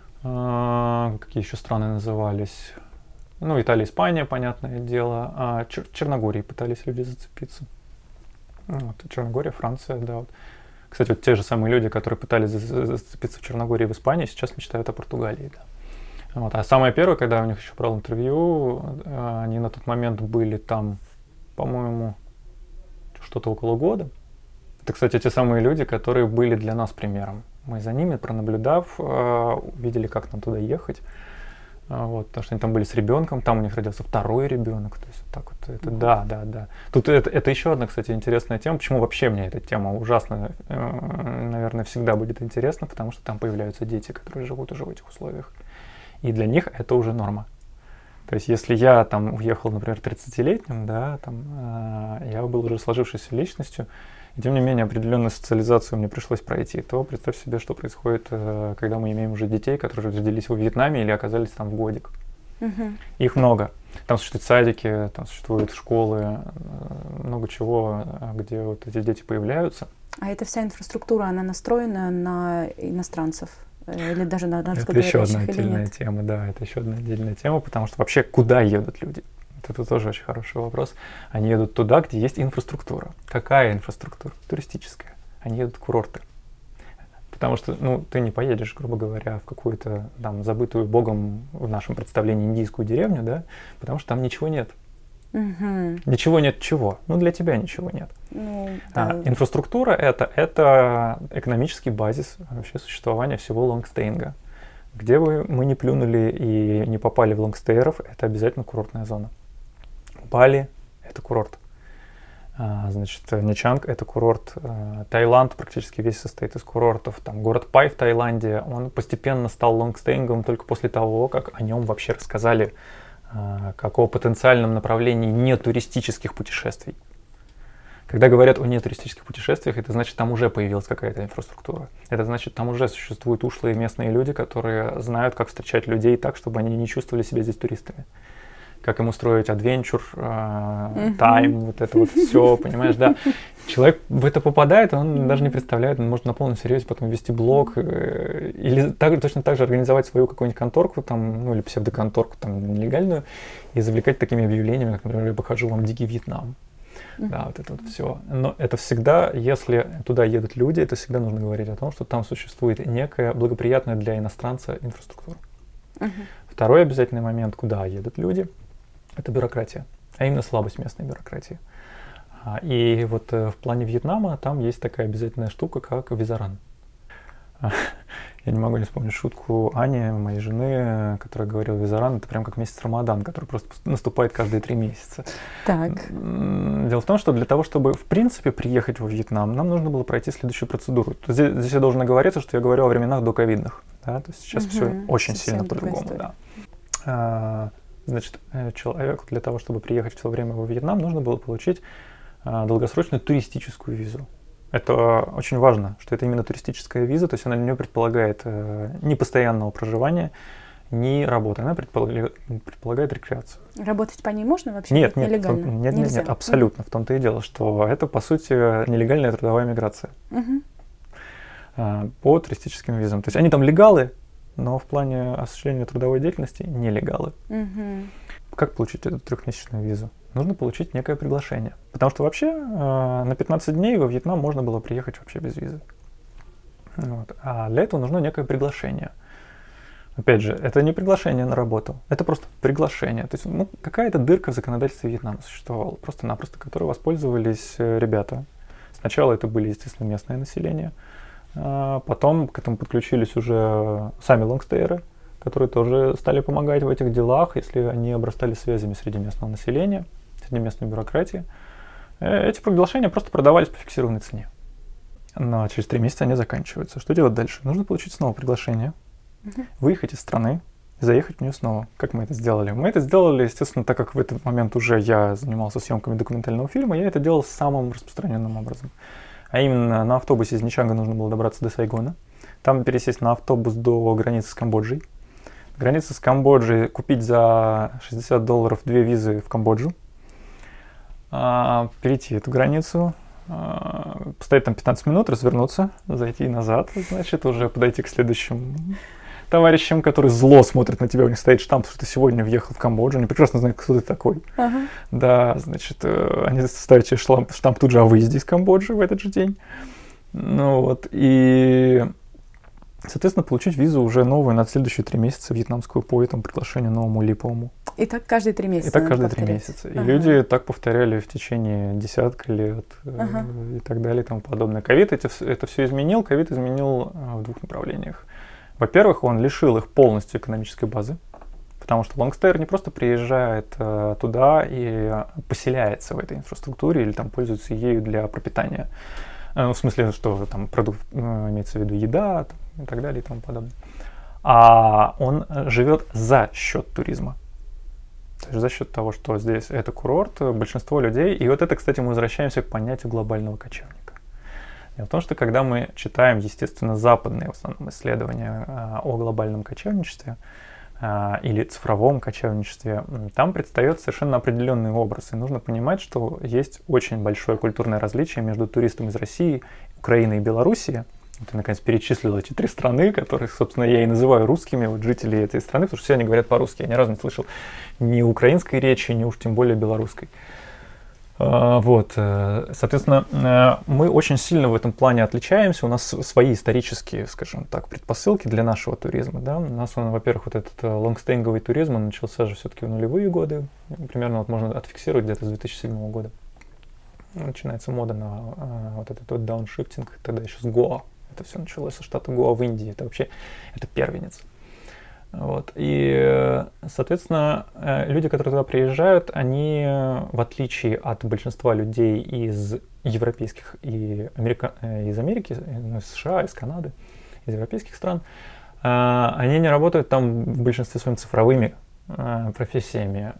Какие еще страны назывались? Ну, Италия, Испания, понятное дело. А Чер- Черногории пытались люди зацепиться. Вот, Черногория, Франция, да. Вот. Кстати, вот те же самые люди, которые пытались зацепиться в Черногории и в Испании, сейчас мечтают о Португалии, да. Вот. А самое первое, когда я у них еще брал интервью, они на тот момент были там, по-моему, что-то около года. Это, кстати, те самые люди, которые были для нас примером. Мы за ними, пронаблюдав, увидели, как нам туда ехать. Вот, потому что они там были с ребенком, там у них родился второй ребенок. То есть вот так вот. Это, mm-hmm. Да, да, да. Тут это, это еще одна, кстати, интересная тема. Почему вообще мне эта тема ужасно, наверное, всегда будет интересна, потому что там появляются дети, которые живут уже в этих условиях. И для них это уже норма. То есть если я там уехал, например, тридцатилетним, да, там, я был уже сложившейся личностью, и тем не менее определенную социализацию мне пришлось пройти, то представь себе, что происходит, когда мы имеем уже детей, которые родились во Вьетнаме или оказались там в годик. Uh-huh. Их много. Там существуют садики, там существуют школы, много чего, где вот эти дети появляются. А эта вся инфраструктура, она настроена на иностранцев? Или даже на русскоговорящих? Это еще одна отдельная тема, да, это еще одна отдельная тема, потому что вообще куда едут люди? Это тоже очень хороший вопрос. Они едут туда, где есть инфраструктура. Какая инфраструктура? Туристическая. Они едут в курорты. Потому что, ну, ты не поедешь, грубо говоря, в какую-то там забытую богом в нашем представлении индийскую деревню, да, потому что там ничего нет. Угу. Ничего нет чего? Ну, для тебя ничего нет. Ну, да. а, инфраструктура это, это экономический базис вообще существования всего лонгстейнга. Где бы мы не плюнули и не попали в лонгстейеров, это обязательно курортная зона. Бали – это курорт. А, значит, Нячанг – это курорт. А, Таиланд практически весь состоит из курортов. Там город Пай в Таиланде, он постепенно стал лонгстейнгом только после того, как о нем вообще рассказали а, как о потенциальном направлении нетуристических путешествий. Когда говорят о нетуристических путешествиях, это значит, там уже появилась какая-то инфраструктура. Это значит, там уже существуют ушлые местные люди, которые знают, как встречать людей так, чтобы они не чувствовали себя здесь туристами. Как им устроить адвенчур, тайм, uh-huh. вот это вот все, понимаешь, да. Человек в это попадает, он uh-huh. даже не представляет, он может на полном серьезе потом вести блог э, или так, точно так же организовать свою какую-нибудь конторку, там, ну или псевдоконторку там, нелегальную, и завлекать такими объявлениями, как, например, я покажу вам дикий Вьетнам. Uh-huh. Да, вот это вот все. Но это всегда, если туда едут люди, это всегда нужно говорить о том, что там существует некая благоприятная для иностранца инфраструктура. Uh-huh. Второй обязательный момент, куда едут люди, это бюрократия, а именно слабость местной бюрократии. И вот в плане Вьетнама там есть такая обязательная штука, как визаран. Я не могу не вспомнить шутку Ани, моей жены, которая говорила, визаран — это прям как месяц Рамадан, который просто наступает каждые три месяца. Так. Дело в том, что для того, чтобы в принципе приехать во Вьетнам, нам нужно было пройти следующую процедуру. Здесь, здесь я должен оговориться, что я говорю о временах доковидных. Да? То есть сейчас угу. все очень Совсем сильно по-другому. Да. А, значит, человеку для того, чтобы приехать в то время во Вьетнам, нужно было получить а, долгосрочную туристическую визу. Это очень важно, что это именно туристическая виза, то есть она не предполагает э, ни постоянного проживания, ни работы, она предполагает, предполагает рекреацию. Работать по ней можно вообще? Нет, нет, нелегально? Том, нет, нет, нет, абсолютно. Mm-hmm. В том-то и дело, что это, по сути, нелегальная трудовая миграция mm-hmm. э, по туристическим визам. То есть они там легалы, но в плане осуществления трудовой деятельности нелегалы. Mm-hmm. Как получить эту трехмесячную визу? Нужно получить некое приглашение. Потому что вообще э, на пятнадцать дней во Вьетнам можно было приехать вообще без визы. Вот. А для этого нужно некое приглашение. Опять же, это не приглашение на работу, это просто приглашение. То есть ну, какая-то дырка в законодательстве Вьетнама существовала, просто-напросто, которой воспользовались ребята. Сначала это были, естественно, местное население, Потом к этому подключились уже сами лонгстейеры, которые тоже стали помогать в этих делах, если они обрастали связями среди местного населения, среди местной бюрократии. Эти приглашения просто продавались по фиксированной цене. Но через три месяца они заканчиваются. Что делать дальше? Нужно получить снова приглашение, uh-huh. выехать из страны и заехать в нее снова. Как мы это сделали? Мы это сделали, естественно, так как в этот момент уже я занимался съемками документального фильма, я это делал самым распространенным образом. А именно на автобусе из Нячанга нужно было добраться до Сайгона, там пересесть на автобус до границы с Камбоджей. Граница с Камбоджей, купить за шестьдесят долларов две визы в Камбоджу, перейти эту границу, постоять там пятнадцать минут, развернуться, зайти назад, значит, уже подойти к следующим товарищам, которые зло смотрят на тебя, у них стоит штамп, что ты сегодня въехал в Камбоджу, они прекрасно знают, кто ты такой. Ага. Да, значит, они ставят тебе штамп, штамп тут же о выезде из Камбоджи в этот же день. Ну вот, и, соответственно, получить визу уже новую на следующие три месяца вьетнамскую по этому приглашению новому липовому. И так каждые три месяца. И так каждые три месяца. И ага. люди так повторяли в течение десятка лет ага. и так далее и тому подобное. Ковид это, это все изменил. Ковид изменил в двух направлениях. Во-первых, он лишил их полностью экономической базы, потому что лонгстейер не просто приезжает э, туда и поселяется в этой инфраструктуре или там пользуется ею для пропитания. Э, в смысле, что там продукт, э, имеется в виду еда там, и так далее и тому подобное. А он живет за счет туризма. То есть за счет того, что здесь это курорт, большинство людей... И вот это, кстати, мы возвращаемся к понятию глобального кочевника. Дело в том, что когда мы читаем, естественно, западные в основном исследования а, о глобальном кочевничестве а, или цифровом кочевничестве, там предстает совершенно определенный образ. И нужно понимать, что есть очень большое культурное различие между туристом из России, Украины и Белоруссии. Ты, наконец, перечислил эти три страны, которых, собственно, я и называю русскими, вот жители этой страны, потому что все они говорят по-русски. Я ни разу не слышал ни украинской речи, ни уж тем более белорусской. Вот, соответственно, мы очень сильно в этом плане отличаемся. У нас свои исторические, скажем так, предпосылки для нашего туризма. Да? У нас, он, во-первых, вот этот лонгстейнговый туризм, он начался же все-таки в нулевые годы. Примерно вот можно отфиксировать где-то с две тысячи седьмого года. Начинается мода на вот этот вот дауншифтинг, тогда еще с Гоа. Это все началось со штата Гоа в Индии. Это вообще, это первенец. Вот. И, соответственно, люди, которые туда приезжают, они, в отличие от большинства людей из европейских и Америка... из Америки, из США, из Канады, из европейских стран, они не работают там в большинстве своим цифровыми профессиями.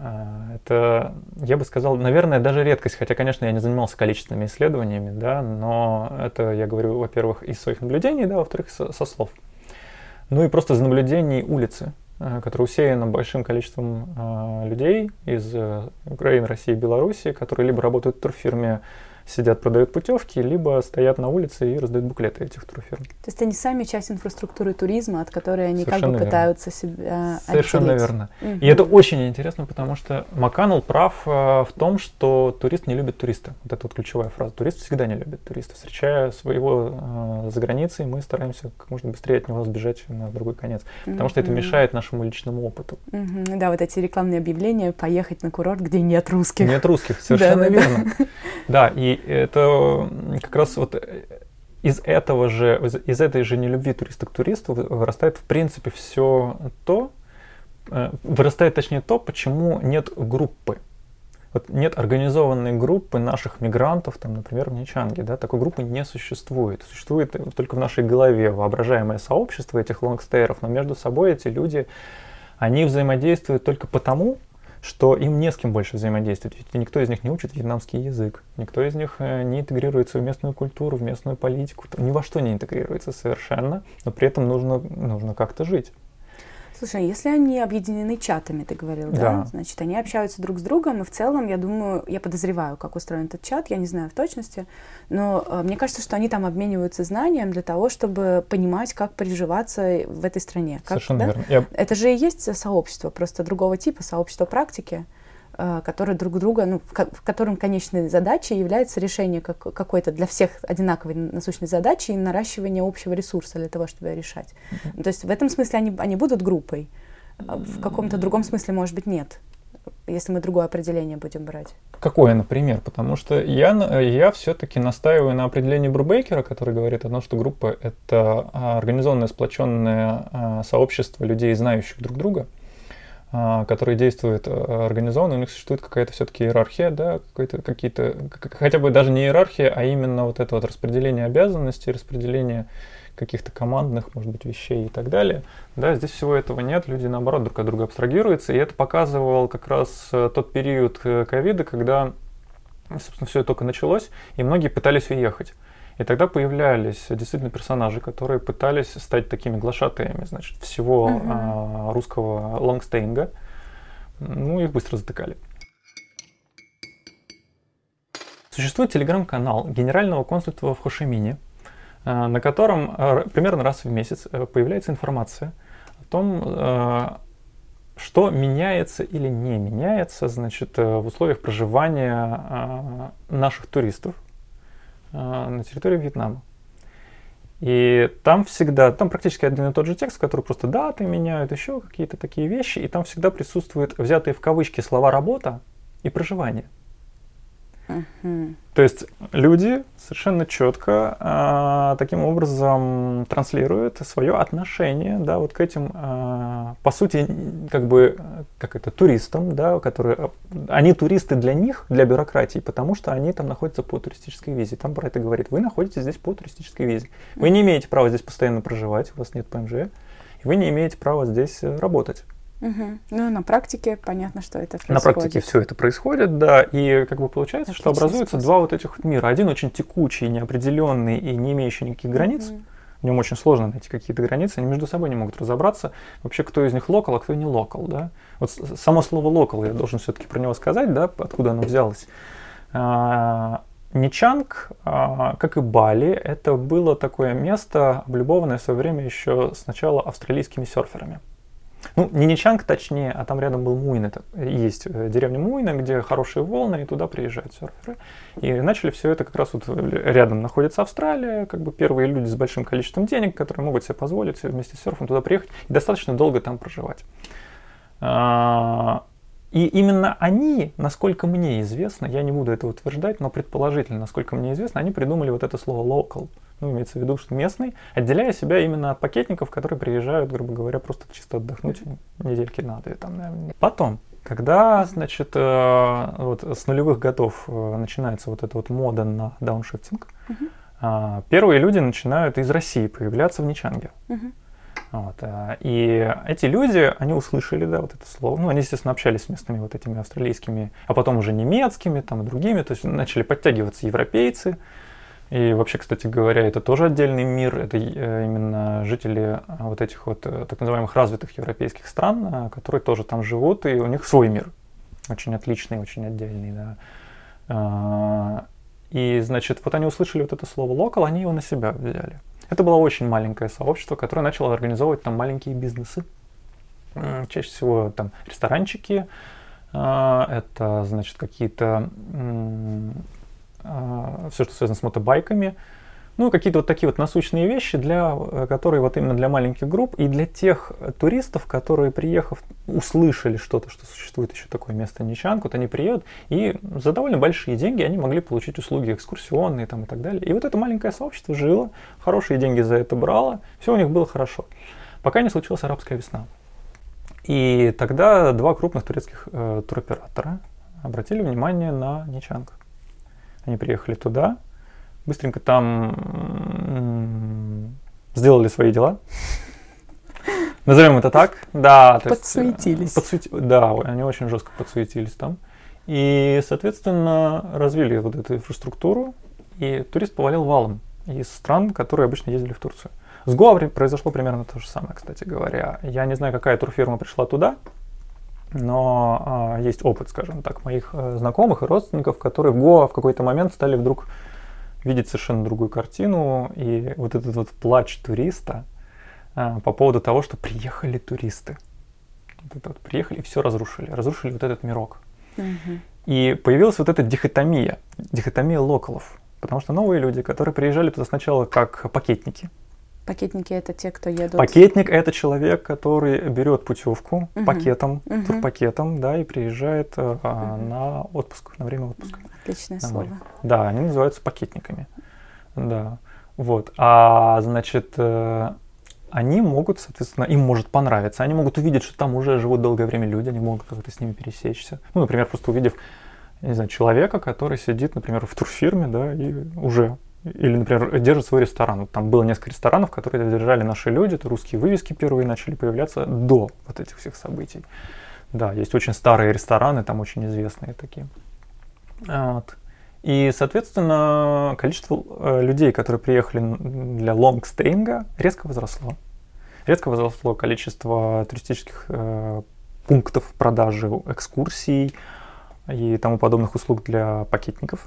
Это, я бы сказал, наверное, даже редкость, хотя, конечно, я не занимался количественными исследованиями, да, но это я говорю, во-первых, из своих наблюдений, да, во-вторых, со, со слов. Ну и просто из наблюдений улицы, которая усеяна большим количеством э, людей из э, Украины, России, Белоруссии, которые либо работают в турфирме, сидят, продают путевки, либо стоят на улице и раздают буклеты этих турфирм. То есть они сами часть инфраструктуры туризма, от которой они Совершенно как бы пытаются верно. себя Совершенно отделить. Верно. Угу. И это очень интересно, потому что Макконнелл прав э, в том, что турист не любит туриста. Вот это вот ключевая фраза. Турист всегда не любит туриста. Встречая своего э, за границей, мы стараемся как можно быстрее от него сбежать на другой конец, потому угу. что это мешает нашему личному опыту. Угу. Да, вот эти рекламные объявления «Поехать на курорт, где нет русских». Нет русских, совершенно верно. Да, и это как раз вот из этого же, из этой же нелюбви туриста к туристу вырастает в принципе все то, вырастает точнее то, почему нет группы. Вот нет организованной группы наших мигрантов, там, например, в Нячанге, да, такой группы не существует. Существует только в нашей голове воображаемое сообщество этих лонгстейеров, но между собой эти люди, они взаимодействуют только потому, что им не с кем больше взаимодействовать. Ведь никто из них не учит вьетнамский язык, никто из них не интегрируется в местную культуру, в местную политику, ни во что не интегрируется совершенно, но при этом нужно, нужно как-то жить. Слушай, если они объединены чатами, ты говорил, да. да? Значит, они общаются друг с другом, и в целом, я думаю, я подозреваю, как устроен этот чат, я не знаю в точности, но э, мне кажется, что они там обмениваются знанием для того, чтобы понимать, как приживаться в этой стране. Как, Совершенно да? верно. Я... Это же и есть сообщество, просто другого типа, сообщество практики, э, которые друг друга, ну, в, ко- в котором конечной задачей является решение как- какой-то для всех одинаковой насущной задачи и наращивание общего ресурса для того, чтобы ее решать. Mm-hmm. То есть в этом смысле они, они будут группой, а в каком-то другом смысле, может быть, нет. если мы другое определение будем брать? Какое, например? Потому что я, я все-таки настаиваю на определении Брубейкера, который говорит о том, что группа — это организованное, сплоченное сообщество людей, знающих друг друга, которые действуют организованно, у них существует какая-то все-таки иерархия, да, какие-то, хотя бы даже не иерархия, а именно вот это вот распределение обязанностей, распределение каких-то командных, может быть, вещей и так далее. Да, здесь всего этого нет, люди, наоборот, друг от друга абстрагируются, и это показывал как раз тот период ковида, когда, собственно, все это только началось, и многие пытались уехать. И тогда появлялись действительно персонажи, которые пытались стать такими глашатаями, значит, всего uh-huh. а, русского лонгстейнга. Ну, их быстро затыкали. Существует телеграм-канал Генерального консульства в Хошимине, а, на котором а, примерно раз в месяц появляется информация о том, а, что меняется или не меняется, значит, в условиях проживания а, наших туристов на территории Вьетнама. И там всегда, там практически один и тот же текст, который просто даты меняют, еще какие-то такие вещи, и там всегда присутствуют взятые в кавычки слова «работа» и «проживание». Uh-huh. То есть люди совершенно четко а, таким образом транслируют свое отношение, да, вот к этим, а, по сути, как бы, как это, туристам, да, которые, они туристы для них, для бюрократии, потому что они там находятся по туристической визе. Там про это говорит: вы находитесь здесь по туристической визе. Вы не имеете права здесь постоянно проживать, у вас нет ПМЖ, и вы не имеете права здесь работать. Угу. Ну, на практике понятно, что это происходит. На практике все это происходит, да, и как бы получается, Отличный что образуются способ. Два вот этих вот мира. Один очень текучий, неопределенный и не имеющий никаких границ. Угу. В нем очень сложно найти какие-то границы, они между собой не могут разобраться. Вообще, кто из них локал, а кто не локал, да. Вот само слово локал, я должен все-таки про него сказать, да, откуда оно взялось. Ничанг, как и Бали, это было такое место, облюбованное в свое время еще сначала австралийскими серферами. Ну, не Ничанг, точнее, а там рядом был Муин. Это есть деревня Муина, где хорошие волны, и туда приезжают серферы. И начали все это как раз вот рядом находится Австралия, как бы первые люди с большим количеством денег, которые могут себе позволить вместе с серфом туда приехать и достаточно долго там проживать. И именно они, насколько мне известно, я не буду это утверждать, но предположительно, насколько мне известно, они придумали вот это слово local. Ну, имеется в виду, что местный, отделяя себя именно от пакетников, которые приезжают, грубо говоря, просто чисто отдохнуть недельки на две. Там, наверное. Потом, когда, значит, э, вот с нулевых годов э, начинается вот эта вот мода на дауншифтинг, uh-huh. э, первые люди начинают из России появляться в Ничанге. Uh-huh. Вот, э, и эти люди, они услышали, да, вот это слово. Ну, они, естественно, общались с местными вот этими австралийскими, а потом уже немецкими, там, и другими. То есть начали подтягиваться европейцы. И вообще, кстати говоря, это тоже отдельный мир. Это именно жители вот этих вот так называемых развитых европейских стран, которые тоже там живут, и у них свой мир. Очень отличный, очень отдельный, да. И, значит, вот они услышали вот это слово «локал», они его на себя взяли. Это было очень маленькое сообщество, которое начало организовывать там маленькие бизнесы. Чаще всего там ресторанчики, это, значит, какие-то... все, что связано с мотобайками, ну, какие-то вот такие вот насущные вещи, для, которые вот именно для маленьких групп и для тех туристов, которые, приехав, услышали что-то, что существует еще такое место Ничанг, вот они приедут, и за довольно большие деньги они могли получить услуги экскурсионные там и так далее. И вот это маленькое сообщество жило, хорошие деньги за это брало, все у них было хорошо, пока не случилась арабская весна. И тогда два крупных турецких э, туроператора обратили внимание на Ничанг. Они приехали туда, быстренько там сделали свои дела. Назовем это так. Да, подсуетились. Подсуети... Да, они очень жестко подсуетились там. И, соответственно, развили вот эту инфраструктуру, и турист повалил валом из стран, которые обычно ездили в Турцию. С Гоа произошло примерно то же самое, кстати говоря. Я не знаю, какая турфирма пришла туда, но а, есть опыт, скажем так, моих а, знакомых и родственников, которые в Гоа в какой-то момент стали вдруг видеть совершенно другую картину. И вот этот вот плач туриста а, по поводу того, что приехали туристы. Вот это вот приехали и все разрушили. Разрушили вот этот мирок. Mm-hmm. И появилась вот эта дихотомия. Дихотомия локалов. Потому что новые люди, которые приезжали туда сначала как пакетники, Пакетники — это те, кто едут... Пакетник — это человек, который берет путевку Угу. пакетом, Угу. турпакетом, да, и приезжает а, Угу. на отпуск, на время отпуска. Отличное на слово. море. Да, они называются пакетниками. Да, вот. А, значит, э, они могут, соответственно, им может понравиться, они могут увидеть, что там уже живут долгое время люди, они могут как-то с ними пересечься. Ну, например, просто увидев, я не знаю, человека, который сидит, например, в турфирме, да, и уже... Или, например, держит свой ресторан. Вот там было несколько ресторанов, которые держали наши люди. Это русские вывески первые начали появляться до вот этих всех событий. Да, есть очень старые рестораны, там очень известные такие. Вот. И, соответственно, количество э, людей, которые приехали для лонгстейнга, резко возросло. Резко возросло количество туристических э, пунктов продажи экскурсий и тому подобных услуг для пакетников.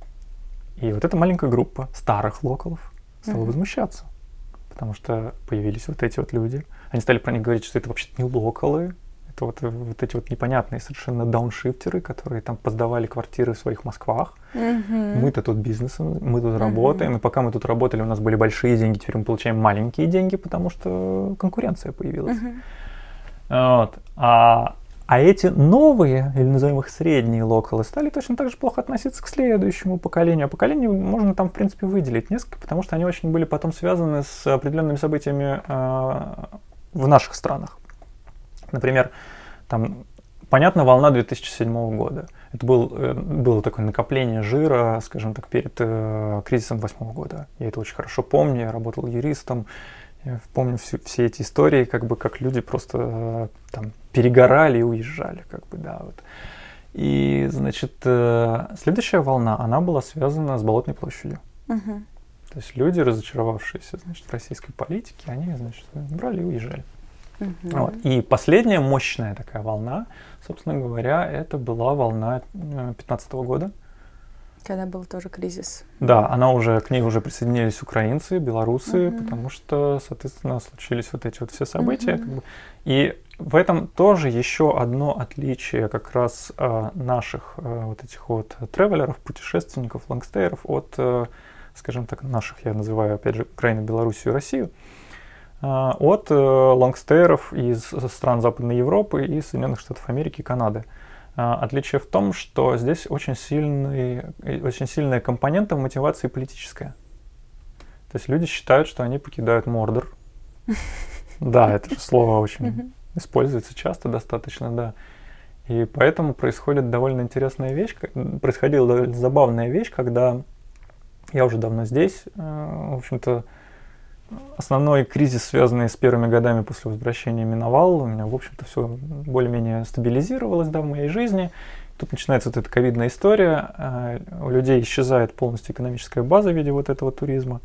И вот эта маленькая группа старых локалов стала mm-hmm. возмущаться, потому что появились вот эти вот люди. Они стали про них говорить, что это вообще-то не локалы, это вот, вот эти вот непонятные совершенно дауншифтеры, которые там поздавали квартиры в своих Москвах. Mm-hmm. Мы-то тут бизнесом, мы тут mm-hmm. работаем, и пока мы тут работали, у нас были большие деньги, теперь мы получаем маленькие деньги, потому что конкуренция появилась. Mm-hmm. Вот. А А эти новые, или назовем их средние локалы, стали точно так же плохо относиться к следующему поколению. А поколению можно там, в принципе, выделить несколько, потому что они очень были потом связаны с определенными событиями э, в наших странах. Например, там, понятно, волна две тысячи седьмого года. Это был, э, было такое накопление жира, скажем так, перед э, кризисом две тысячи восьмого года. Я это очень хорошо помню, я работал юристом. Я помню все, все эти истории, как бы как люди просто э, там перегорали и уезжали, как бы, да, вот. И, значит, э, следующая волна, она была связана с Болотной площадью. Uh-huh. То есть люди, разочаровавшиеся, значит, в российской политике, они, значит, брали и уезжали. Uh-huh. Вот. И последняя мощная такая волна, собственно говоря, это была волна две тысячи пятнадцатого года. Когда был тоже кризис. Да, она уже, к ней уже присоединились украинцы, белорусы, uh-huh. потому что, соответственно, случились вот эти вот все события. Uh-huh. Как бы. И в этом тоже еще одно отличие как раз э, наших э, вот этих вот тревелеров, путешественников, лонгстейеров от, э, скажем так, наших, я называю, опять же, Украину, Белоруссию, Россию, э, от э, лонгстейеров из стран Западной Европы и Соединенных Штатов Америки и Канады. Отличие в том, что здесь очень, сильный, очень сильная компонента мотивации политическая. То есть люди считают, что они покидают Мордор. Да, это же слово очень используется часто достаточно, да. И поэтому происходит довольно интересная вещь, происходила довольно забавная вещь, когда я уже давно здесь, в общем-то, основной кризис, связанный с первыми годами после возвращения, миновал. У меня, в общем-то, все более-менее стабилизировалось, да, в моей жизни. Тут начинается вот эта ковидная история. У людей исчезает полностью экономическая база в виде вот этого туризма.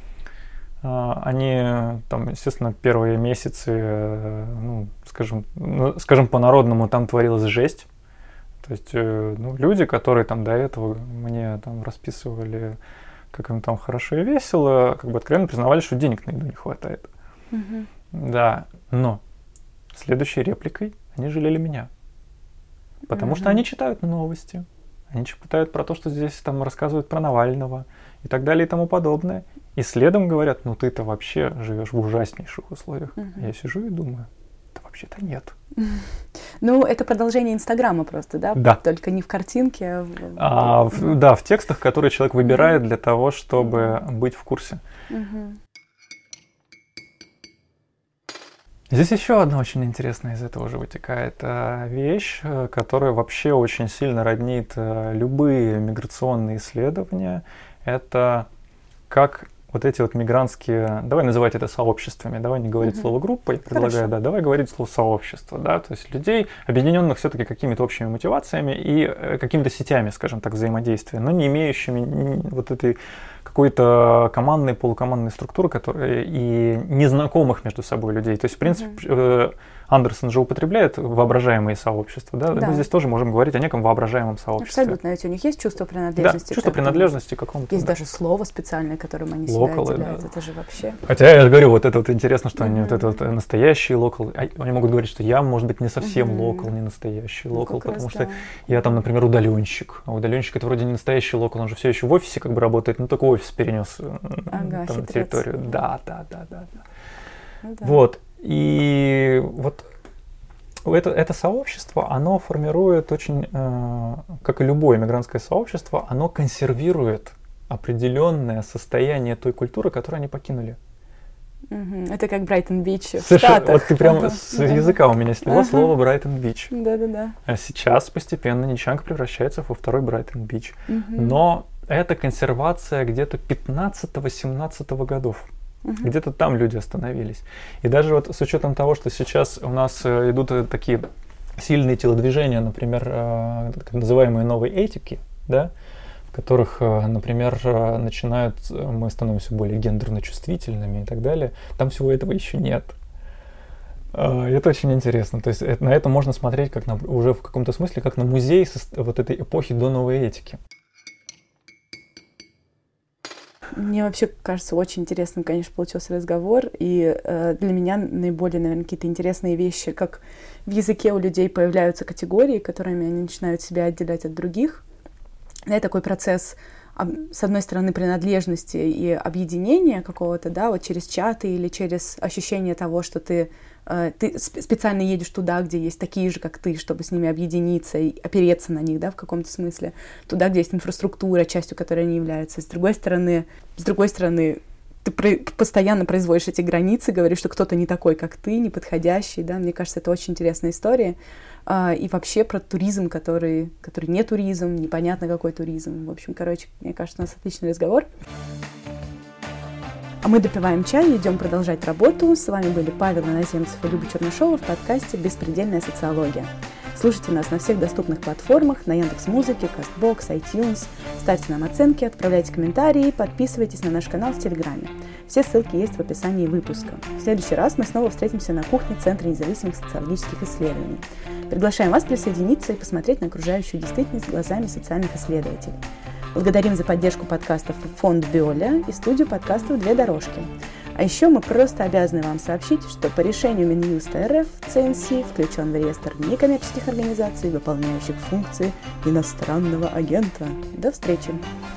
Они, там, естественно, первые месяцы, ну, скажем, ну, скажем по-народному, там творилась жесть. То есть, ну, люди, которые там до этого мне там расписывали, как им там хорошо и весело, как бы откровенно признавали, что денег на еду не хватает. Uh-huh. Да, но следующей репликой они жалели меня. Потому uh-huh. что они читают новости, они читают про то, что здесь там рассказывают про Навального и так далее и тому подобное. И следом говорят, ну ты-то вообще живешь в ужаснейших условиях. Uh-huh. Я сижу и думаю, да вообще-то нет. Ну, это продолжение Инстаграма просто, да? Да. Только не в картинке, а в... А, в, да, в текстах, которые человек выбирает для того, чтобы mm-hmm. быть в курсе. Mm-hmm. Здесь еще одна очень интересная из этого же вытекает вещь, которая вообще очень сильно роднит любые миграционные исследования. Это как вот эти вот мигрантские, давай называть это сообществами, давай не говорить uh-huh. слово группа, я предлагаю, да, давай говорить слово сообщество, да, то есть людей, объединенных все-таки какими-то общими мотивациями и э, какими-то сетями, скажем так, взаимодействия, но не имеющими ни, вот этой какой-то командной, полукомандной структуры, которые, и незнакомых между собой людей. То есть, в принципе, uh-huh. э, Андерсон же употребляет воображаемые сообщества, да? Да. Мы здесь тоже можем говорить о неком воображаемом сообществе. Абсолютно, ведь у них есть чувство принадлежности. Да, чувство принадлежности к какому-то. Есть да. даже слово специальное, которым они Локалы, себя отделяют. да. Это же вообще... Хотя я же говорю, вот это вот интересно, что mm-hmm. они вот это вот настоящие локалы. Они могут говорить, что я, может быть, не совсем mm-hmm. локал, не настоящий ну, локал, потому раз, что да. я там, например, удаленщик. А удаленщик это вроде не настоящий локал, он же все еще в офисе как бы работает, но только офис перенес ага, там, на территорию. Да, да, да, да. да. Ну, да. Вот. И вот это, это сообщество, оно формирует очень, э, как и любое мигрантское сообщество, оно консервирует определенное состояние той культуры, которую они покинули. Угу. Это как Брайтон-Бич в Совершенно, Штатах. вот ты прям ага. с языка у меня сняло ага. слово Брайтон-Бич. Да-да-да. А сейчас постепенно Нячанг превращается во второй Брайтон-Бич. Угу. Но это консервация где-то пятнадцатого-семнадцатого годов. Uh-huh. Где-то там люди остановились. И даже вот с учетом того, что сейчас у нас идут такие сильные телодвижения, например, так называемые новые этики, да, в которых, например, начинают, мы становимся более гендерно чувствительными и так далее, там всего этого еще нет. Это очень интересно. То есть это, на это можно смотреть как на, уже в каком-то смысле как на музей вот этой эпохи до новой этики. Мне вообще кажется, очень интересным, конечно, получился разговор, и э, для меня наиболее, наверное, какие-то интересные вещи, как в языке у людей появляются категории, которыми они начинают себя отделять от других. Да, и такой процесс, с одной стороны, принадлежности и объединения какого-то, да, вот через чаты или через ощущение того, что ты, э, ты специально едешь туда, где есть такие же, как ты, чтобы с ними объединиться и опереться на них, да, в каком-то смысле. Туда, где есть инфраструктура, частью которой они являются. С другой стороны, с другой стороны, ты про- постоянно производишь эти границы, говоришь, что кто-то не такой, как ты, неподходящий, да. Мне кажется, это очень интересная история. Uh, и вообще про туризм, который, который не туризм, непонятно какой туризм. В общем, короче, мне кажется, у нас отличный разговор. А мы допиваем чай и идем продолжать работу. С вами были Павел Иноземцев и Люба Чернышова в подкасте «Беспредельная социология». Слушайте нас на всех доступных платформах, на Яндекс.Музыке, Кастбокс, iTunes. Ставьте нам оценки, отправляйте комментарии, подписывайтесь на наш канал в Телеграме. Все ссылки есть в описании выпуска. В следующий раз мы снова встретимся на кухне Центра независимых социологических исследований. Приглашаем вас присоединиться и посмотреть на окружающую действительность глазами социальных исследователей. Благодарим за поддержку подкастов фонд Биоля и студию подкастов «Две дорожки». А еще мы просто обязаны вам сообщить, что по решению Минюста РФ ЦНС включен в реестр некоммерческих организаций, выполняющих функции иностранного агента. До встречи!